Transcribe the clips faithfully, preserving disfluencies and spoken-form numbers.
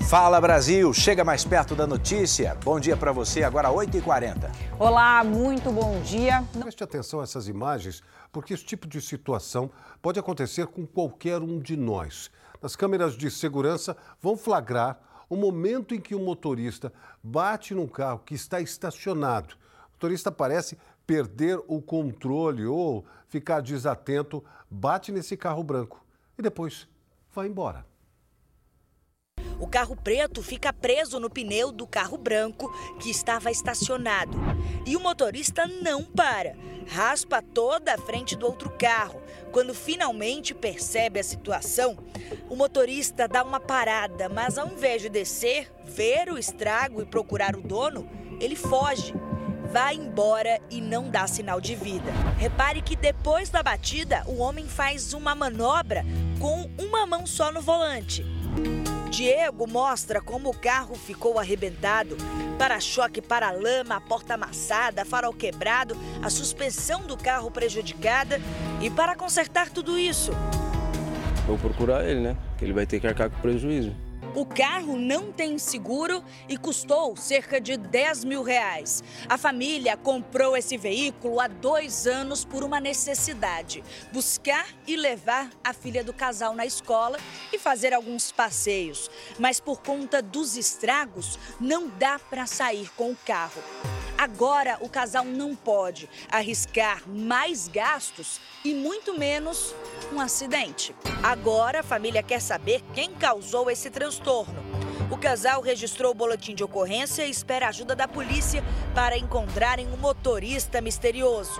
Fala Brasil, chega mais perto da notícia. Bom dia para você, agora oito e quarenta. Olá, muito bom dia. Preste atenção a essas imagens, porque esse tipo de situação pode acontecer com qualquer um de nós. As câmeras de segurança vão flagrar o momento em que o motorista bate num carro que está estacionado. O motorista parece perder o controle ou ficar desatento, bate nesse carro branco e depois vai embora. O carro preto fica preso no pneu do carro branco que estava estacionado. E o motorista não para. Raspa toda a frente do outro carro. Quando finalmente percebe a situação, o motorista dá uma parada, mas ao invés de descer, ver o estrago e procurar o dono, ele foge. Vai embora e não dá sinal de vida. Repare que depois da batida, o homem faz uma manobra com uma mão só no volante. Diego mostra como o carro ficou arrebentado, para-choque para lama, a porta amassada, farol quebrado, a suspensão do carro prejudicada. E para consertar tudo isso, vou procurar ele, né? Que ele vai ter que arcar com prejuízo. o carro não tem seguro e custou cerca de dez mil reais. A família comprou esse veículo há dois anos por uma necessidade: buscar e levar a filha do casal na escola e fazer alguns passeios. Mas por conta dos estragos, não dá para sair com o carro. Agora, o casal não pode arriscar mais gastos e muito menos um acidente. Agora, a família quer saber quem causou esse transtorno. O casal registrou o boletim de ocorrência e espera a ajuda da polícia para encontrarem o motorista misterioso.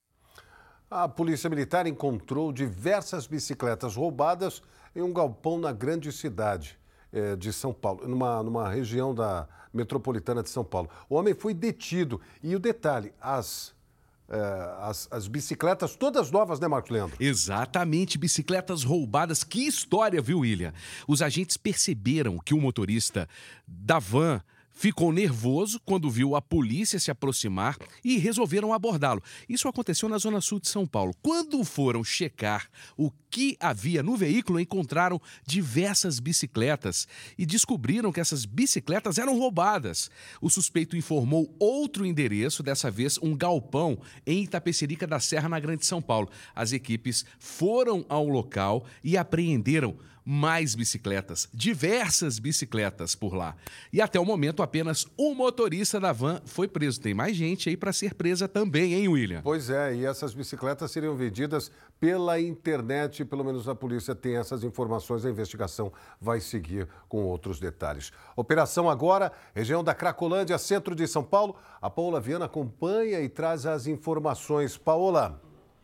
A Polícia Militar encontrou diversas bicicletas roubadas em um galpão na grande cidade eh, de São Paulo, numa, numa região da metropolitana de São Paulo. O homem foi detido e o detalhe, as... É, as, as bicicletas todas novas, né, Marcos Leandro? Exatamente, bicicletas roubadas. Que história, viu, William? Os agentes perceberam que o motorista da van ficou nervoso quando viu a polícia se aproximar e resolveram abordá-lo. Isso aconteceu na zona sul de São Paulo. Quando foram checar o que havia no veículo, encontraram diversas bicicletas e descobriram que essas bicicletas eram roubadas. O suspeito informou outro endereço, dessa vez um galpão em Itapecerica da Serra, na Grande São Paulo. As equipes foram ao local e apreenderam mais bicicletas, diversas bicicletas por lá. E até o momento, apenas o motorista da van foi preso. Tem mais gente aí para ser presa também, hein, William? Pois é, e essas bicicletas seriam vendidas pela internet. Pelo menos a polícia tem essas informações. A investigação vai seguir com outros detalhes. Operação agora, região da Cracolândia, centro de São Paulo. A Paola Viana acompanha e traz as informações. Paola.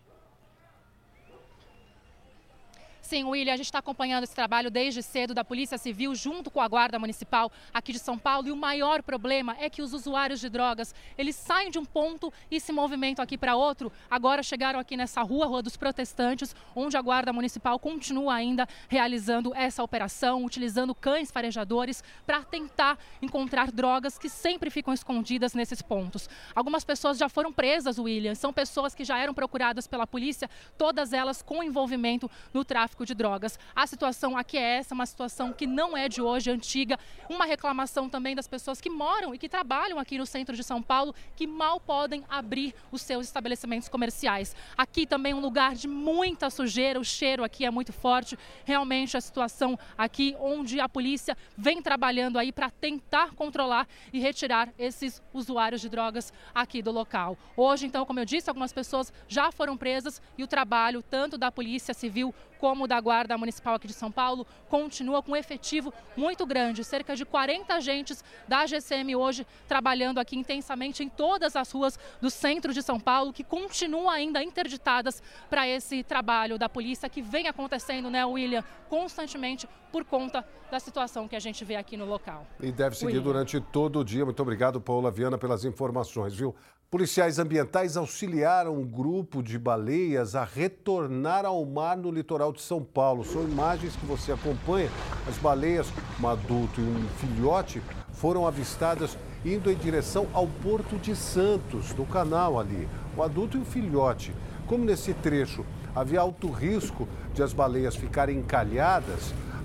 Sim, William, a gente está acompanhando esse trabalho desde cedo da Polícia Civil junto com a Guarda Municipal aqui de São Paulo, e o maior problema é que os usuários de drogas, eles saem de um ponto e se movimentam aqui para outro. Agora chegaram aqui nessa rua, Rua dos Protestantes, onde a Guarda Municipal continua ainda realizando essa operação, utilizando cães farejadores para tentar encontrar drogas que sempre ficam escondidas nesses pontos. Algumas pessoas já foram presas, William, são pessoas que já eram procuradas pela polícia, todas elas com envolvimento no tráfico de drogas. A situação aqui é essa, uma situação que não é de hoje, antiga. Uma reclamação também das pessoas que moram e que trabalham aqui no centro de São Paulo, que mal podem abrir os seus estabelecimentos comerciais. Aqui também um lugar de muita sujeira, o cheiro aqui é muito forte. Realmente a situação aqui onde a polícia vem trabalhando aí para tentar controlar e retirar esses usuários de drogas aqui do local. Hoje, então, como eu disse, algumas pessoas já foram presas e o trabalho tanto da Polícia Civil como da Guarda Municipal aqui de São Paulo continua com um efetivo muito grande. Cerca de quarenta agentes da G C M hoje trabalhando aqui intensamente em todas as ruas do centro de São Paulo, que continuam ainda interditadas para esse trabalho da polícia que vem acontecendo, né, William, constantemente por conta da situação que a gente vê aqui no local. E deve seguir William. durante todo o dia. Muito obrigado, Paola Viana, pelas informações, viu? Policiais ambientais auxiliaram um grupo de baleias a retornar ao mar no litoral de São Paulo. São imagens que você acompanha. As baleias, um adulto e um filhote, foram avistadas indo em direção ao Porto de Santos, no canal ali. O adulto e o filhote. Como nesse trecho havia alto risco de as baleias ficarem encalhadas,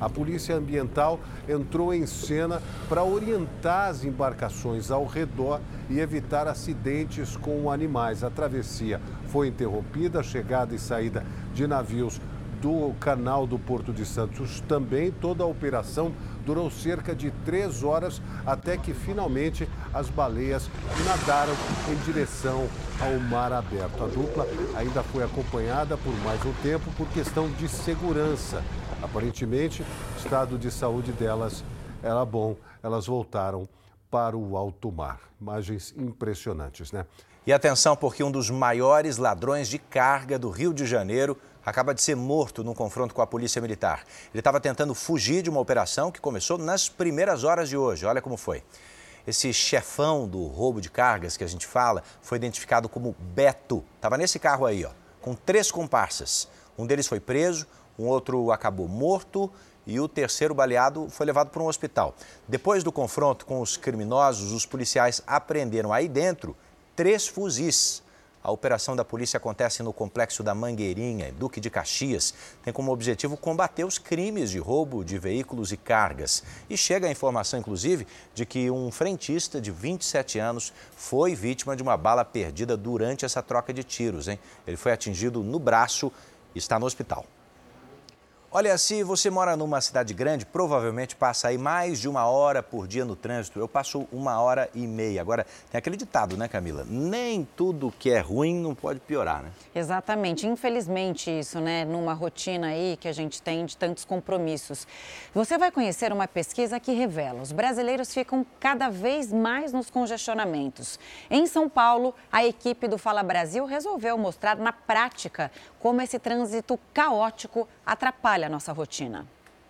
A Polícia Ambiental entrou em cena para orientar as embarcações ao redor e evitar acidentes com animais. A travessia foi interrompida, a chegada e saída de navios do canal do Porto de Santos também. Toda a operação durou cerca de três horas até que finalmente as baleias nadaram em direção ao mar aberto. A dupla ainda foi acompanhada por mais um tempo por questão de segurança. Aparentemente, o estado de saúde delas era bom. Elas voltaram para o alto mar. Imagens impressionantes, né? E atenção, porque um dos maiores ladrões de carga do Rio de Janeiro acaba de ser morto num confronto com a Polícia Militar. Ele estava tentando fugir de uma operação que começou nas primeiras horas de hoje. Olha como foi. Esse chefão do roubo de cargas que a gente fala foi identificado como Beto. Estava nesse carro aí, ó, com três comparsas. Um deles foi preso, um outro acabou morto e o terceiro, baleado, foi levado para um hospital. Depois do confronto com os criminosos, os policiais apreenderam aí dentro três fuzis. A operação da polícia acontece no complexo da Mangueirinha, Duque de Caxias. Tem como objetivo combater os crimes de roubo de veículos e cargas. E chega a informação, inclusive, de que um frentista de vinte e sete anos foi vítima de uma bala perdida durante essa troca de tiros, hein? Ele foi atingido no braço e está no hospital. Olha, se você mora numa cidade grande, provavelmente passa aí mais de uma hora por dia no trânsito. Eu passo uma hora e meia. Agora, tem aquele ditado, né, Camila? Nem tudo que é ruim não pode piorar, né? Exatamente. Infelizmente isso, né? Numa rotina aí que a gente tem de tantos compromissos. Você vai conhecer uma pesquisa que revela: os brasileiros ficam cada vez mais nos congestionamentos. Em São Paulo, a equipe do Fala Brasil resolveu mostrar na prática como esse trânsito caótico atrapalha a nossa rotina.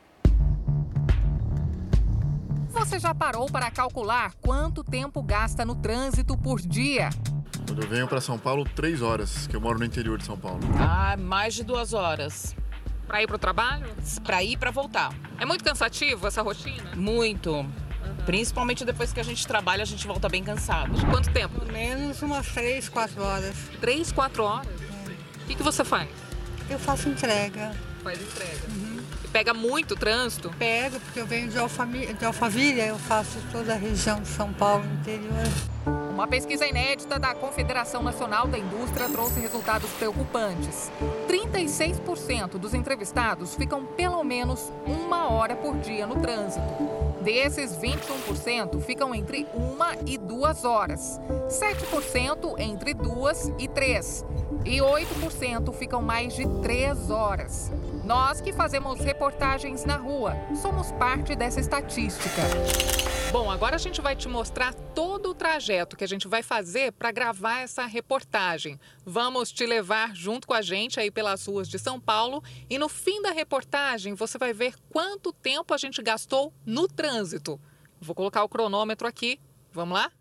Você já parou para calcular quanto tempo gasta no trânsito por dia? Quando eu venho para São Paulo, três horas, que eu moro no interior de São Paulo. Ah, mais de duas horas. Para ir para o trabalho? Para ir e para voltar. É muito cansativo essa rotina? Muito. Uhum. Principalmente depois que a gente trabalha, a gente volta bem cansado. Quanto tempo? Menos umas três, quatro horas. Três, quatro horas? O que, que você faz? Eu faço entrega. Faz entrega. Uhum. E pega muito trânsito? Pego, porque eu venho de Alphaville, de Alphaville, eu faço toda a região de São Paulo, interior. Uma pesquisa inédita da Confederação Nacional da Indústria trouxe resultados preocupantes. trinta e seis por cento dos entrevistados ficam pelo menos uma hora por dia no trânsito. Desses, vinte e um por cento ficam entre uma e duas horas, sete por cento entre duas e três e oito por cento ficam mais de três horas. Nós que fazemos reportagens na rua somos parte dessa estatística. Bom, agora a gente vai te mostrar todo o trajeto que a gente vai fazer para gravar essa reportagem. Vamos te levar junto com a gente aí pelas ruas de São Paulo e no fim da reportagem você vai ver quanto tempo a gente gastou no trânsito. Vou colocar o cronômetro aqui. Vamos lá?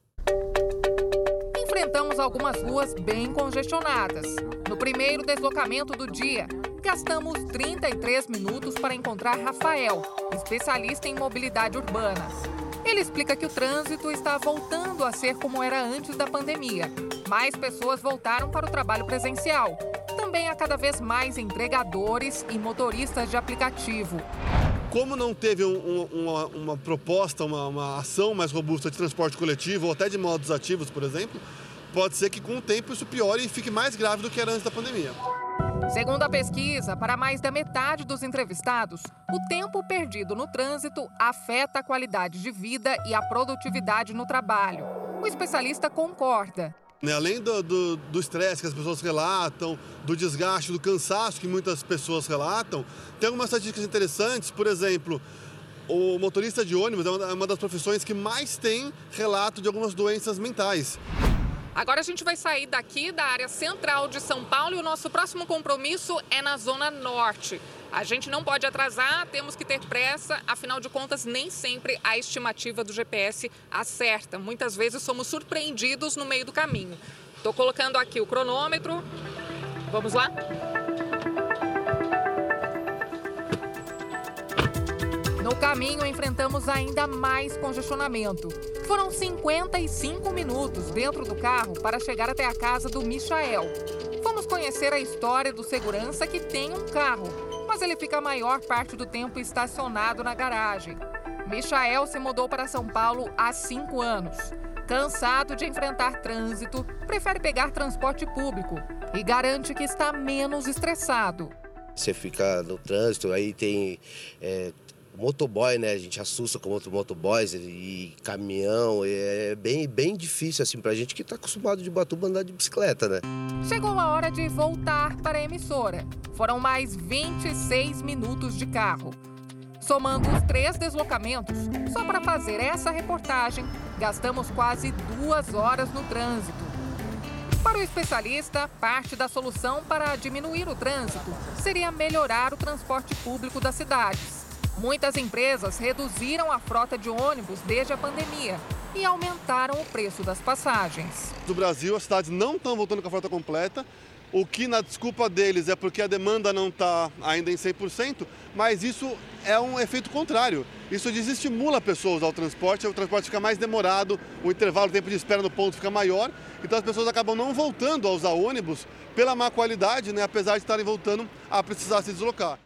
Enfrentamos algumas ruas bem congestionadas. No primeiro deslocamento do dia, gastamos trinta e três minutos para encontrar Rafael, especialista em mobilidade urbana. Ele explica que o trânsito está voltando a ser como era antes da pandemia. Mais pessoas voltaram para o trabalho presencial. Também há cada vez mais entregadores e motoristas de aplicativo. Como não teve um, uma, uma proposta, uma, uma ação mais robusta de transporte coletivo ou até de modos ativos, por exemplo, pode ser que com o tempo isso piore e fique mais grave do que era antes da pandemia. Segundo a pesquisa, para mais da metade dos entrevistados, o tempo perdido no trânsito afeta a qualidade de vida e a produtividade no trabalho. O especialista concorda. Além do estresse que as pessoas relatam, do desgaste, do cansaço que muitas pessoas relatam, tem algumas estatísticas interessantes. Por exemplo, o motorista de ônibus é uma das profissões que mais tem relato de algumas doenças mentais. Agora a gente vai sair daqui da área central de São Paulo e o nosso próximo compromisso é na Zona Norte. A gente não pode atrasar, temos que ter pressa, afinal de contas, nem sempre a estimativa do G P S acerta. Muitas vezes somos surpreendidos no meio do caminho. Estou colocando aqui o cronômetro. Vamos lá? No caminho, enfrentamos ainda mais congestionamento. Foram cinquenta e cinco minutos dentro do carro para chegar até a casa do Michael. Fomos conhecer a história do segurança que tem um carro, mas ele fica a maior parte do tempo estacionado na garagem. Michael se mudou para São Paulo há cinco anos. Cansado de enfrentar trânsito, prefere pegar transporte público e garante que está menos estressado. Você fica no trânsito, aí tem é, motoboy, né? A gente assusta com outros motoboys e caminhão. É bem, bem difícil assim pra gente que está acostumado de Ubatuba andar de bicicleta, né? Chegou a hora de voltar para a emissora. Foram mais vinte e seis minutos de carro. Somando os três deslocamentos, só para fazer essa reportagem, gastamos quase duas horas no trânsito. Para o especialista, parte da solução para diminuir o trânsito seria melhorar o transporte público das cidades. Muitas empresas reduziram a frota de ônibus desde a pandemia e aumentaram o preço das passagens. No Brasil, as cidades não estão voltando com a frota completa. O que, na desculpa deles, é porque a demanda não está ainda em cem por cento, mas isso é um efeito contrário. Isso desestimula a pessoa a usar o transporte, o transporte fica mais demorado, o intervalo, o tempo de espera no ponto fica maior, então as pessoas acabam não voltando a usar ônibus pela má qualidade, né, apesar de estarem voltando a precisar se deslocar.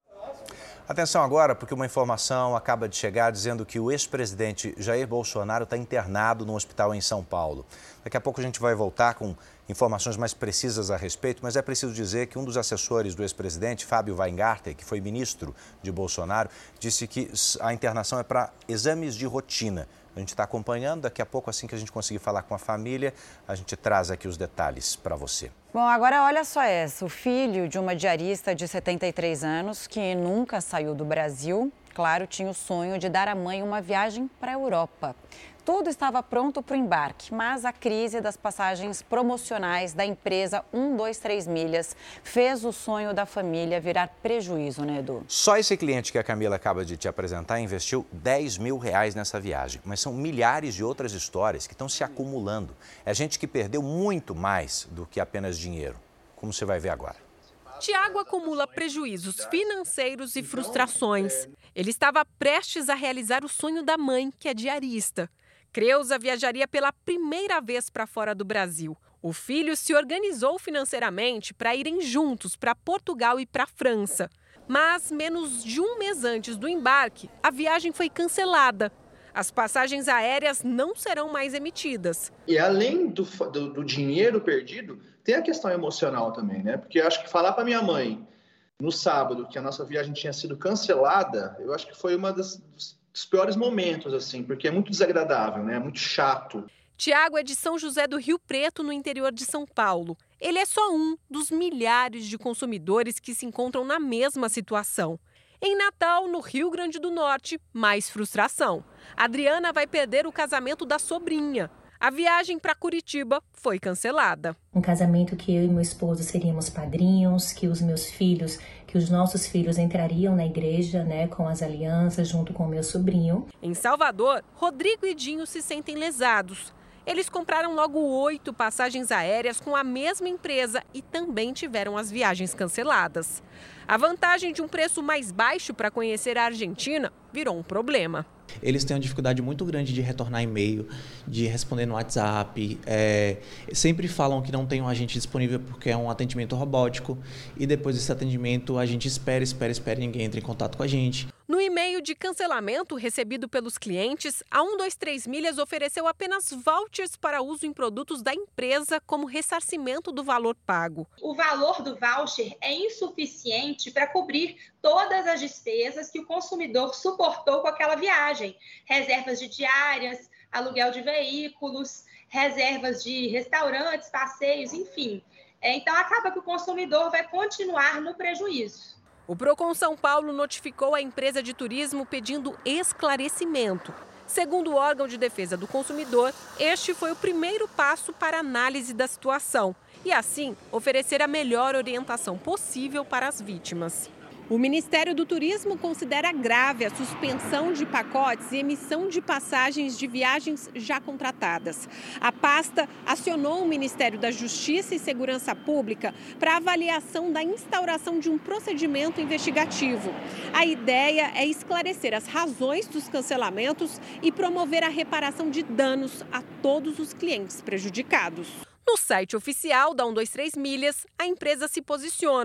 Atenção agora, porque uma informação acaba de chegar dizendo que o ex-presidente Jair Bolsonaro está internado no hospital em São Paulo. Daqui a pouco a gente vai voltar com informações mais precisas a respeito, mas é preciso dizer que um dos assessores do ex-presidente, Fábio Weingarten, que foi ministro de Bolsonaro, disse que a internação é para exames de rotina. A gente está acompanhando, daqui a pouco, assim que a gente conseguir falar com a família, a gente traz aqui os detalhes para você. Bom, agora olha só essa, o filho de uma diarista de setenta e três anos, que nunca saiu do Brasil, claro, tinha o sonho de dar à mãe uma viagem para a Europa. Tudo estava pronto para o embarque, mas a crise das passagens promocionais da empresa um dois três Milhas fez o sonho da família virar prejuízo, né, Edu? Só esse cliente que a Camila acaba de te apresentar investiu dez mil reais nessa viagem, mas são milhares de outras histórias que estão se acumulando. É gente que perdeu muito mais do que apenas dinheiro, como você vai ver agora. Tiago acumula prejuízos financeiros e frustrações. Ele estava prestes a realizar o sonho da mãe, que é diarista. Creuza viajaria pela primeira vez para fora do Brasil. O filho se organizou financeiramente para irem juntos para Portugal e para a França. Mas, menos de um mês antes do embarque, a viagem foi cancelada. As passagens aéreas não serão mais emitidas. E além do, do, do dinheiro perdido, tem a questão emocional também, né? Porque eu acho que falar para minha mãe no sábado que a nossa viagem tinha sido cancelada, eu acho que foi uma das... dos piores momentos, assim, porque é muito desagradável, né? É muito chato. Tiago é de São José do Rio Preto, no interior de São Paulo. Ele é só um dos milhares de consumidores que se encontram na mesma situação. Em Natal, no Rio Grande do Norte, mais frustração. Adriana vai perder o casamento da sobrinha. A viagem para Curitiba foi cancelada. Um casamento que eu e meu esposo seríamos padrinhos, que os meus filhos, que os nossos filhos entrariam na igreja, né, com as alianças junto com o meu sobrinho. Em Salvador, Rodrigo e Dinho se sentem lesados. Eles compraram logo oito passagens aéreas com a mesma empresa e também tiveram as viagens canceladas. A vantagem de um preço mais baixo para conhecer a Argentina virou um problema. Eles têm uma dificuldade muito grande de retornar e-mail, de responder no WhatsApp. É, sempre falam que não tem um agente disponível porque é um atendimento robótico. E depois desse atendimento, a gente espera, espera, espera e ninguém entra em contato com a gente. No e-mail de cancelamento recebido pelos clientes, a um dois três Milhas ofereceu apenas vouchers para uso em produtos da empresa como ressarcimento do valor pago. O valor do voucher é insuficiente para cobrir todas as despesas que o consumidor suportou com aquela viagem. Reservas de diárias, aluguel de veículos, reservas de restaurantes, passeios, enfim. Então, acaba que o consumidor vai continuar no prejuízo. O Procon São Paulo notificou a empresa de turismo pedindo esclarecimento. Segundo o órgão de defesa do consumidor, este foi o primeiro passo para a análise da situação e, assim, oferecer a melhor orientação possível para as vítimas. O Ministério do Turismo considera grave a suspensão de pacotes e emissão de passagens de viagens já contratadas. A pasta acionou o Ministério da Justiça e Segurança Pública para avaliação da instauração de um procedimento investigativo. A ideia é esclarecer as razões dos cancelamentos e promover a reparação de danos a todos os clientes prejudicados. No site oficial da um dois três Milhas, a empresa se posiciona.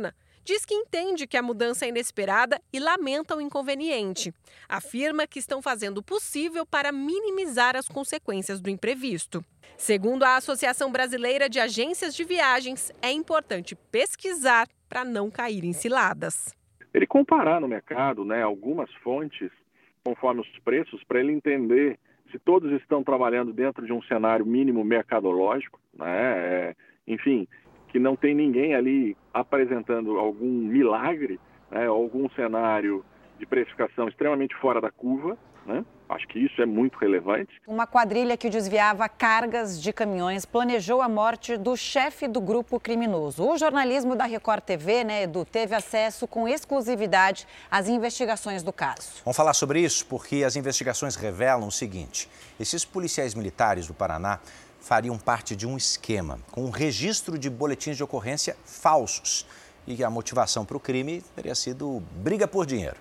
diz que entende que a mudança é inesperada e lamenta o inconveniente. Afirma que estão fazendo o possível para minimizar as consequências do imprevisto. Segundo a Associação Brasileira de Agências de Viagens, é importante pesquisar para não cair em ciladas. Ele comparar no mercado, né, algumas fontes conforme os preços, para ele entender se todos estão trabalhando dentro de um cenário mínimo mercadológico, né, é, enfim, que não tem ninguém ali apresentando algum milagre, né, algum cenário de precificação extremamente fora da curva, né? Acho que isso é muito relevante. Uma quadrilha que desviava cargas de caminhões planejou a morte do chefe do grupo criminoso. O jornalismo da Record T V, né, Edu, teve acesso com exclusividade às investigações do caso. Vamos falar sobre isso porque as investigações revelam o seguinte: esses policiais militares do Paraná fariam parte de um esquema com um registro de boletins de ocorrência falsos e a motivação para o crime teria sido briga por dinheiro.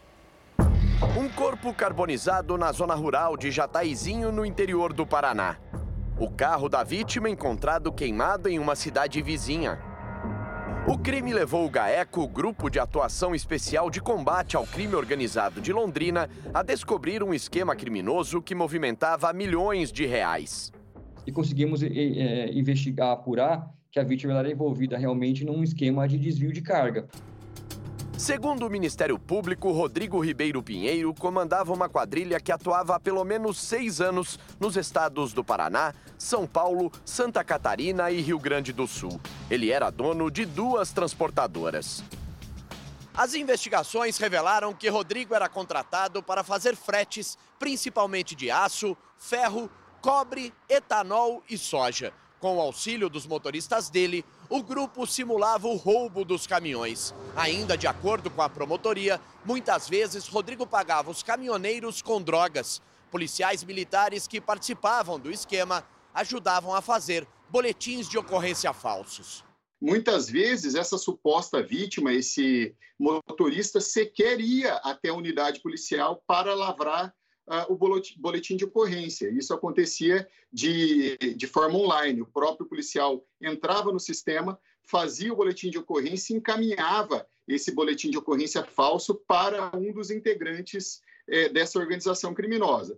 Um corpo carbonizado na zona rural de Jataizinho, no interior do Paraná. O carro da vítima encontrado queimado em uma cidade vizinha. O crime levou o GAECO, Grupo de Atuação Especial de Combate ao Crime Organizado de Londrina, a descobrir um esquema criminoso que movimentava milhões de reais. E conseguimos é, investigar, apurar que a vítima era envolvida realmente num esquema de desvio de carga. Segundo o Ministério Público, Rodrigo Ribeiro Pinheiro comandava uma quadrilha que atuava há pelo menos seis anos nos estados do Paraná, São Paulo, Santa Catarina e Rio Grande do Sul. Ele era dono de duas transportadoras. As investigações revelaram que Rodrigo era contratado para fazer fretes, principalmente de aço, ferro, cobre, etanol e soja. Com o auxílio dos motoristas dele, o grupo simulava o roubo dos caminhões. Ainda de acordo com a promotoria, muitas vezes Rodrigo pagava os caminhoneiros com drogas. Policiais militares que participavam do esquema ajudavam a fazer boletins de ocorrência falsos. Muitas vezes essa suposta vítima, esse motorista, sequer ia até a unidade policial para lavrar Uh, o boletim de ocorrência. Isso acontecia de, de forma online. O próprio policial entrava no sistema, fazia o boletim de ocorrência e encaminhava esse boletim de ocorrência falso para um dos integrantes eh, dessa organização criminosa.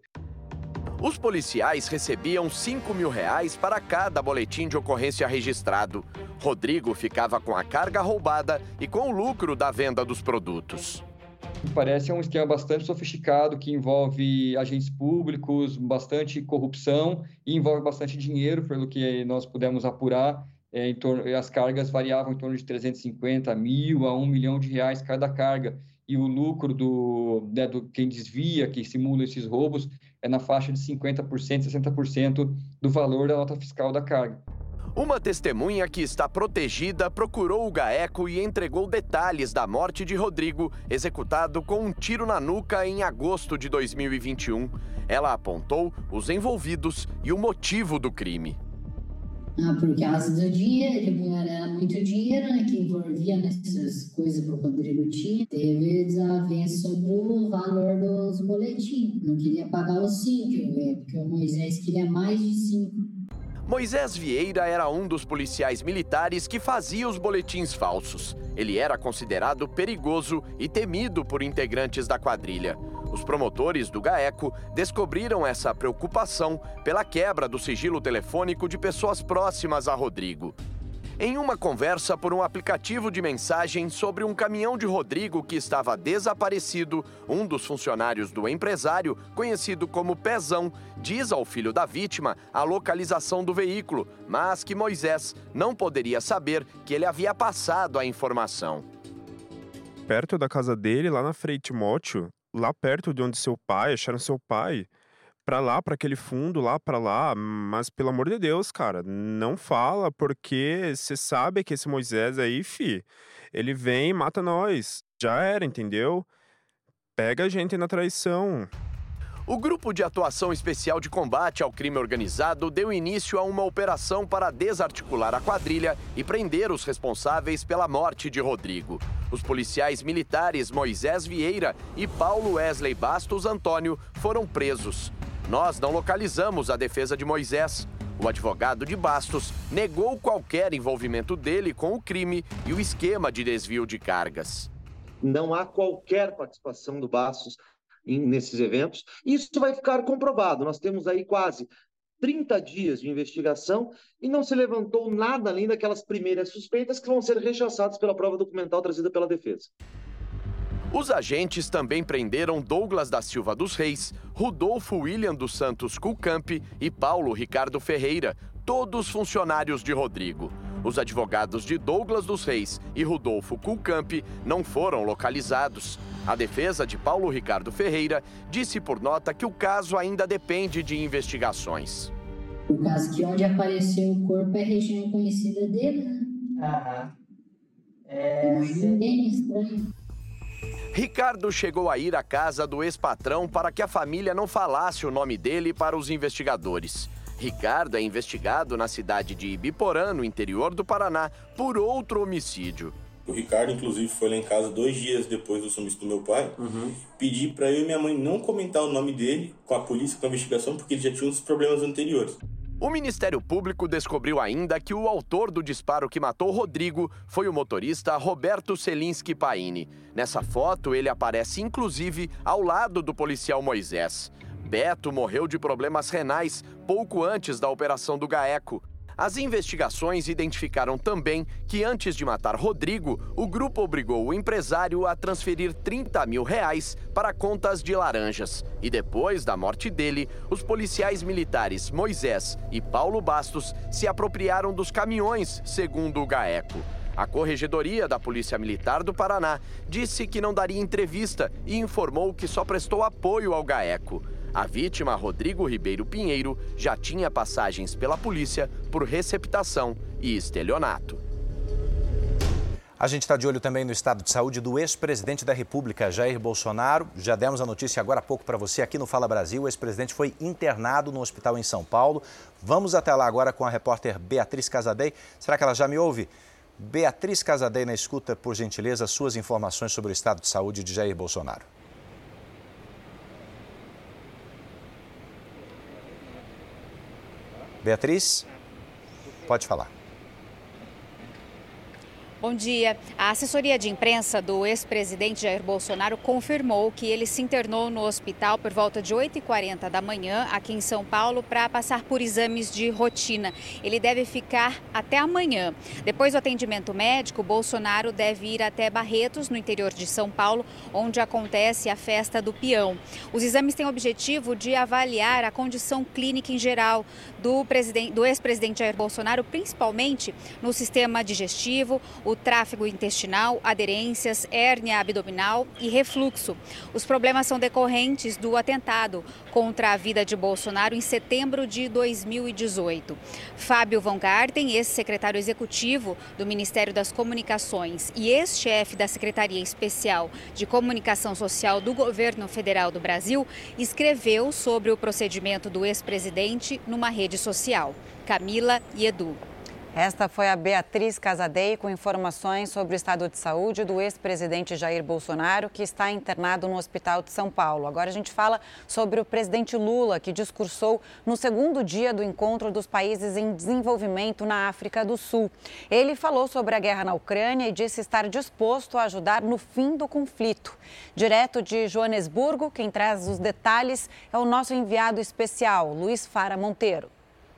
Os policiais recebiam cinco mil reais para cada boletim de ocorrência registrado. Rodrigo ficava com a carga roubada e com o lucro da venda dos produtos. Parece um esquema bastante sofisticado que envolve agentes públicos, bastante corrupção e envolve bastante dinheiro, pelo que nós pudemos apurar. É, em torno, as cargas variavam em torno de trezentos e cinquenta mil a um milhão de reais cada carga. E o lucro do, né, do quem desvia, que simula esses roubos, é na faixa de cinquenta por cento, sessenta por cento do valor da nota fiscal da carga. Uma testemunha que está protegida procurou o GAECO e entregou detalhes da morte de Rodrigo, executado com um tiro na nuca em agosto de dois mil e vinte e um. Ela apontou os envolvidos e o motivo do crime. Ah, por causa do dinheiro, era muito dinheiro, né, que envolvia nessas coisas que o Rodrigo tinha. Teve desavença sobre o valor dos boletins. Não queria pagar os cinco, porque o Moisés queria mais de cinco. Moisés Vieira era um dos policiais militares que fazia os boletins falsos. Ele era considerado perigoso e temido por integrantes da quadrilha. Os promotores do GAECO descobriram essa preocupação pela quebra do sigilo telefônico de pessoas próximas a Rodrigo. Em uma conversa por um aplicativo de mensagem sobre um caminhão de Rodrigo que estava desaparecido, um dos funcionários do empresário, conhecido como Pezão, diz ao filho da vítima a localização do veículo, mas que Moisés não poderia saber que ele havia passado a informação. Perto da casa dele, lá na Frei Timóteo, lá perto de onde seu pai, acharam seu pai, pra lá, pra aquele fundo, lá pra lá, mas pelo amor de Deus, cara, não fala, porque você sabe que esse Moisés aí, fi, ele vem e mata nós, já era, entendeu? Pega a gente na traição. O Grupo de Atuação Especial de Combate ao Crime Organizado deu início a uma operação para desarticular a quadrilha e prender os responsáveis pela morte de Rodrigo. Os policiais militares Moisés Vieira e Paulo Wesley Bastos Antônio foram presos. Nós não localizamos a defesa de Moisés. O advogado de Bastos negou qualquer envolvimento dele com o crime e o esquema de desvio de cargas. Não há qualquer participação do Bastos nesses eventos. Isso vai ficar comprovado. Nós temos aí quase trinta dias de investigação e não se levantou nada além daquelas primeiras suspeitas que vão ser rechaçadas pela prova documental trazida pela defesa. Os agentes também prenderam Douglas da Silva dos Reis, Rodolfo William dos Santos Culcamp e Paulo Ricardo Ferreira, todos funcionários de Rodrigo. Os advogados de Douglas dos Reis e Rodolfo Culcamp não foram localizados. A defesa de Paulo Ricardo Ferreira disse por nota que o caso ainda depende de investigações. O caso que onde apareceu o corpo é a região conhecida dele, né? Aham. É... Ninguém estranho. Ricardo chegou a ir à casa do ex-patrão para que a família não falasse o nome dele para os investigadores. Ricardo é investigado na cidade de Ibiporã, no interior do Paraná, por outro homicídio. O Ricardo, inclusive, foi lá em casa dois dias depois do sumiço do meu pai. Uhum. Pedi para eu e minha mãe não comentar o nome dele com a polícia, com a investigação, porque ele já tinha uns problemas anteriores. O Ministério Público descobriu ainda que o autor do disparo que matou Rodrigo foi o motorista Roberto Selinski Paini. Nessa foto, ele aparece inclusive ao lado do policial Moisés. Beto morreu de problemas renais pouco antes da operação do GAECO. As investigações identificaram também que antes de matar Rodrigo, o grupo obrigou o empresário a transferir trinta mil reais para contas de laranjas. E depois da morte dele, os policiais militares Moisés e Paulo Bastos se apropriaram dos caminhões, segundo o GAECO. A Corregedoria da Polícia Militar do Paraná disse que não daria entrevista e informou que só prestou apoio ao GAECO. A vítima, Rodrigo Ribeiro Pinheiro, já tinha passagens pela polícia por receptação e estelionato. A gente está de olho também no estado de saúde do ex-presidente da República, Jair Bolsonaro. Já demos a notícia agora há pouco para você aqui no Fala Brasil. O ex-presidente foi internado no hospital em São Paulo. Vamos até lá agora com a repórter Beatriz Casadei. Será que ela já me ouve? Beatriz Casadei, na escuta, por gentileza, suas informações sobre o estado de saúde de Jair Bolsonaro. Beatriz, pode falar. Bom dia. A assessoria de imprensa do ex-presidente Jair Bolsonaro confirmou que ele se internou no hospital por volta de oito e quarenta da manhã, aqui em São Paulo, para passar por exames de rotina. Ele deve ficar até amanhã. Depois do atendimento médico, Bolsonaro deve ir até Barretos, no interior de São Paulo, onde acontece a festa do peão. Os exames têm o objetivo de avaliar a condição clínica em geral do, do ex-presidente Jair Bolsonaro, principalmente no sistema digestivo, o tráfego intestinal, aderências, hérnia abdominal e refluxo. Os problemas são decorrentes do atentado contra a vida de Bolsonaro em setembro de dois mil e dezoito. Fábio Van Garten, ex-secretário executivo do Ministério das Comunicações e ex-chefe da Secretaria Especial de Comunicação Social do Governo Federal do Brasil, escreveu sobre o procedimento do ex-presidente numa rede social. Camila e Edu. Esta foi a Beatriz Casadei com informações sobre o estado de saúde do ex-presidente Jair Bolsonaro, que está internado no Hospital de São Paulo. Agora a gente fala sobre o presidente Lula, que discursou no segundo dia do encontro dos países em desenvolvimento na África do Sul. Ele falou sobre a guerra na Ucrânia e disse estar disposto a ajudar no fim do conflito. Direto de Joanesburgo, quem traz os detalhes é o nosso enviado especial, Luiz Fara Monteiro.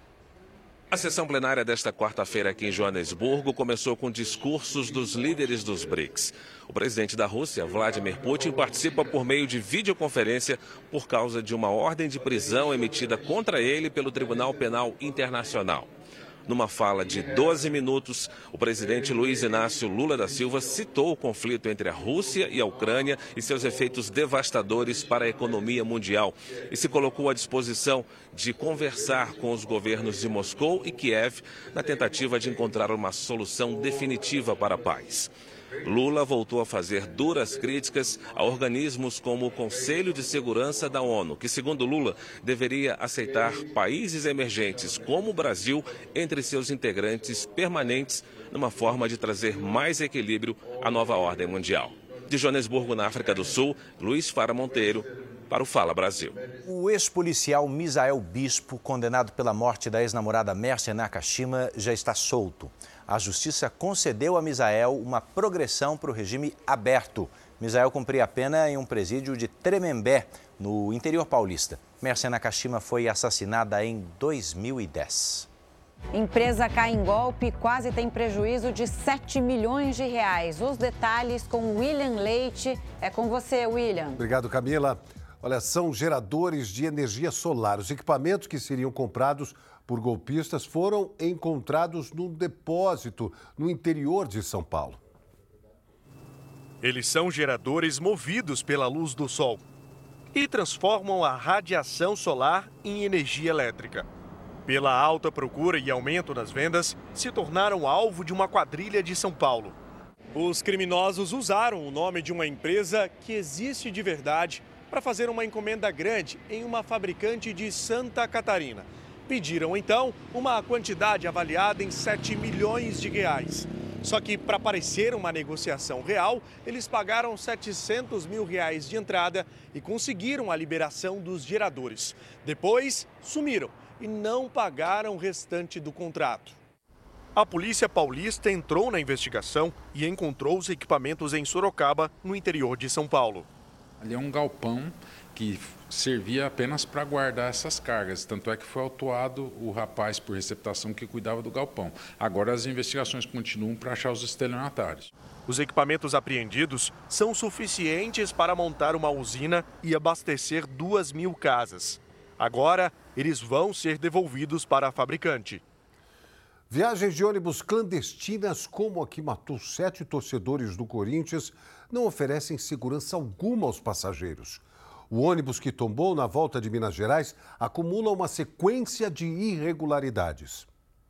A sessão plenária desta quarta-feira aqui em Joanesburgo começou com discursos dos líderes dos BRICS. O presidente da Rússia, Vladimir Putin, participa por meio de videoconferência por causa de uma ordem de prisão emitida contra ele pelo Tribunal Penal Internacional. Numa fala de doze minutos, o presidente Luiz Inácio Lula da Silva citou o conflito entre a Rússia e a Ucrânia e seus efeitos devastadores para a economia mundial e se colocou à disposição de conversar com os governos de Moscou e Kiev na tentativa de encontrar uma solução definitiva para a paz. Lula voltou a fazer duras críticas a organismos como o Conselho de Segurança da ONU, que, segundo Lula, deveria aceitar países emergentes como o Brasil entre seus integrantes permanentes, numa forma de trazer mais equilíbrio à nova ordem mundial. De Joanesburgo, na África do Sul, Luiz Fara Monteiro, para o Fala Brasil. O ex-policial Misael Bispo, condenado pela morte da ex-namorada Mércia Nakashima, já está solto. A justiça concedeu a Misael uma progressão para o regime aberto. Misael cumpria a pena em um presídio de Tremembé, no interior paulista. Mércia Nakashima foi assassinada em dois mil e dez. Empresa cai em golpe e quase tem prejuízo de sete milhões de reais. Os detalhes com William Leite. É com você, William. Obrigado, Camila. Olha, são geradores de energia solar. Os equipamentos que seriam comprados por golpistas foram encontrados num depósito no interior de São Paulo. Eles são geradores movidos pela luz do sol e transformam a radiação solar em energia elétrica. Pela alta procura e aumento nas vendas, se tornaram alvo de uma quadrilha de São Paulo. Os criminosos usaram o nome de uma empresa que existe de verdade para fazer uma encomenda grande em uma fabricante de Santa Catarina. Pediram, então, uma quantidade avaliada em sete milhões de reais. Só que, para parecer uma negociação real, eles pagaram setecentos mil reais de entrada e conseguiram a liberação dos geradores. Depois, sumiram e não pagaram o restante do contrato. A polícia paulista entrou na investigação e encontrou os equipamentos em Sorocaba, no interior de São Paulo. Ali é um galpão que servia apenas para guardar essas cargas. Tanto é que foi autuado o rapaz por receptação que cuidava do galpão. Agora as investigações continuam para achar os estelionatários. Os equipamentos apreendidos são suficientes para montar uma usina e abastecer duas mil casas. Agora, eles vão ser devolvidos para a fabricante. Viagens de ônibus clandestinas, como a que matou sete torcedores do Corinthians, não oferecem segurança alguma aos passageiros. O ônibus que tombou na volta de Minas Gerais acumula uma sequência de irregularidades.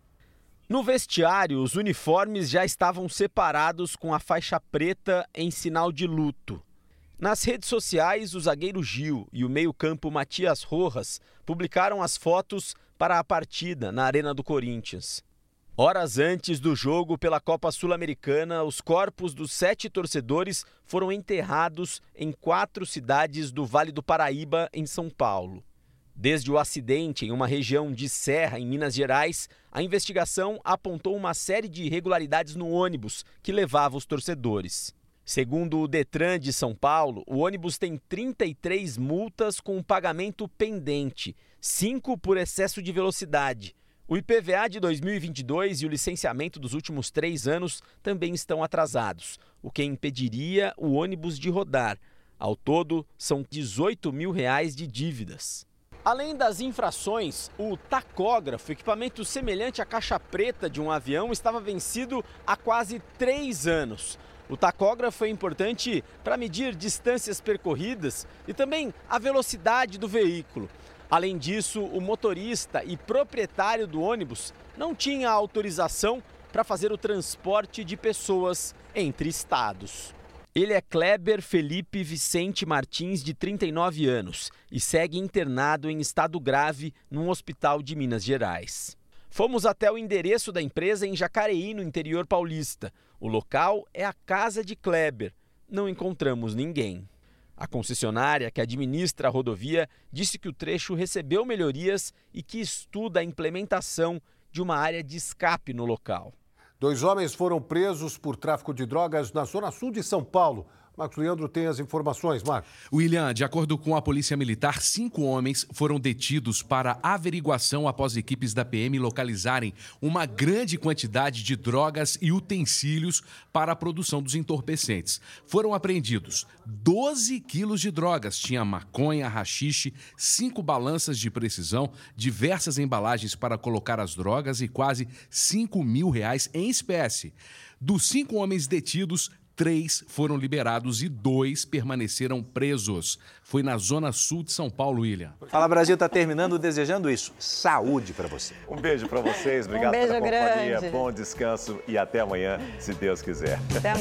No vestiário, os uniformes já estavam separados com a faixa preta em sinal de luto. Nas redes sociais, o zagueiro Gil e o meio-campo Matias Rojas publicaram as fotos para a partida na Arena do Corinthians. Horas antes do jogo pela Copa Sul-Americana, os corpos dos sete torcedores foram enterrados em quatro cidades do Vale do Paraíba, em São Paulo. Desde o acidente em uma região de Serra, em Minas Gerais, a investigação apontou uma série de irregularidades no ônibus que levava os torcedores. Segundo o Detran de São Paulo, o ônibus tem trinta e três multas com pagamento pendente, cinco por excesso de velocidade. O I P V A de dois mil e vinte e dois e o licenciamento dos últimos três anos também estão atrasados, o que impediria o ônibus de rodar. Ao todo, são dezoito mil reais de dívidas. Além das infrações, o tacógrafo, equipamento semelhante à caixa preta de um avião, estava vencido há quase três anos. O tacógrafo é importante para medir distâncias percorridas e também a velocidade do veículo. Além disso, o motorista e proprietário do ônibus não tinha autorização para fazer o transporte de pessoas entre estados. Ele é Kleber Felipe Vicente Martins, de trinta e nove anos, e segue internado em estado grave num hospital de Minas Gerais. Fomos até o endereço da empresa em Jacareí, no interior paulista. O local é a casa de Kleber. Não encontramos ninguém. A concessionária que administra a rodovia disse que o trecho recebeu melhorias e que estuda a implementação de uma área de escape no local. Dois homens foram presos por tráfico de drogas na zona sul de São Paulo. Marcos Leandro tem as informações, Marcos. William, de acordo com a Polícia Militar, cinco homens foram detidos para averiguação após equipes da P M localizarem uma grande quantidade de drogas e utensílios para a produção dos entorpecentes. Foram apreendidos doze quilos de drogas, tinha maconha, haxixe, cinco balanças de precisão, diversas embalagens para colocar as drogas e quase cinco mil reais em espécie. Dos cinco homens detidos, três foram liberados e dois permaneceram presos. Foi na zona sul de São Paulo, William. Fala Brasil está terminando desejando isso. Saúde para você. Um beijo para vocês. Obrigado um beijo pela companhia. Grande. Bom descanso e até amanhã, se Deus quiser. Até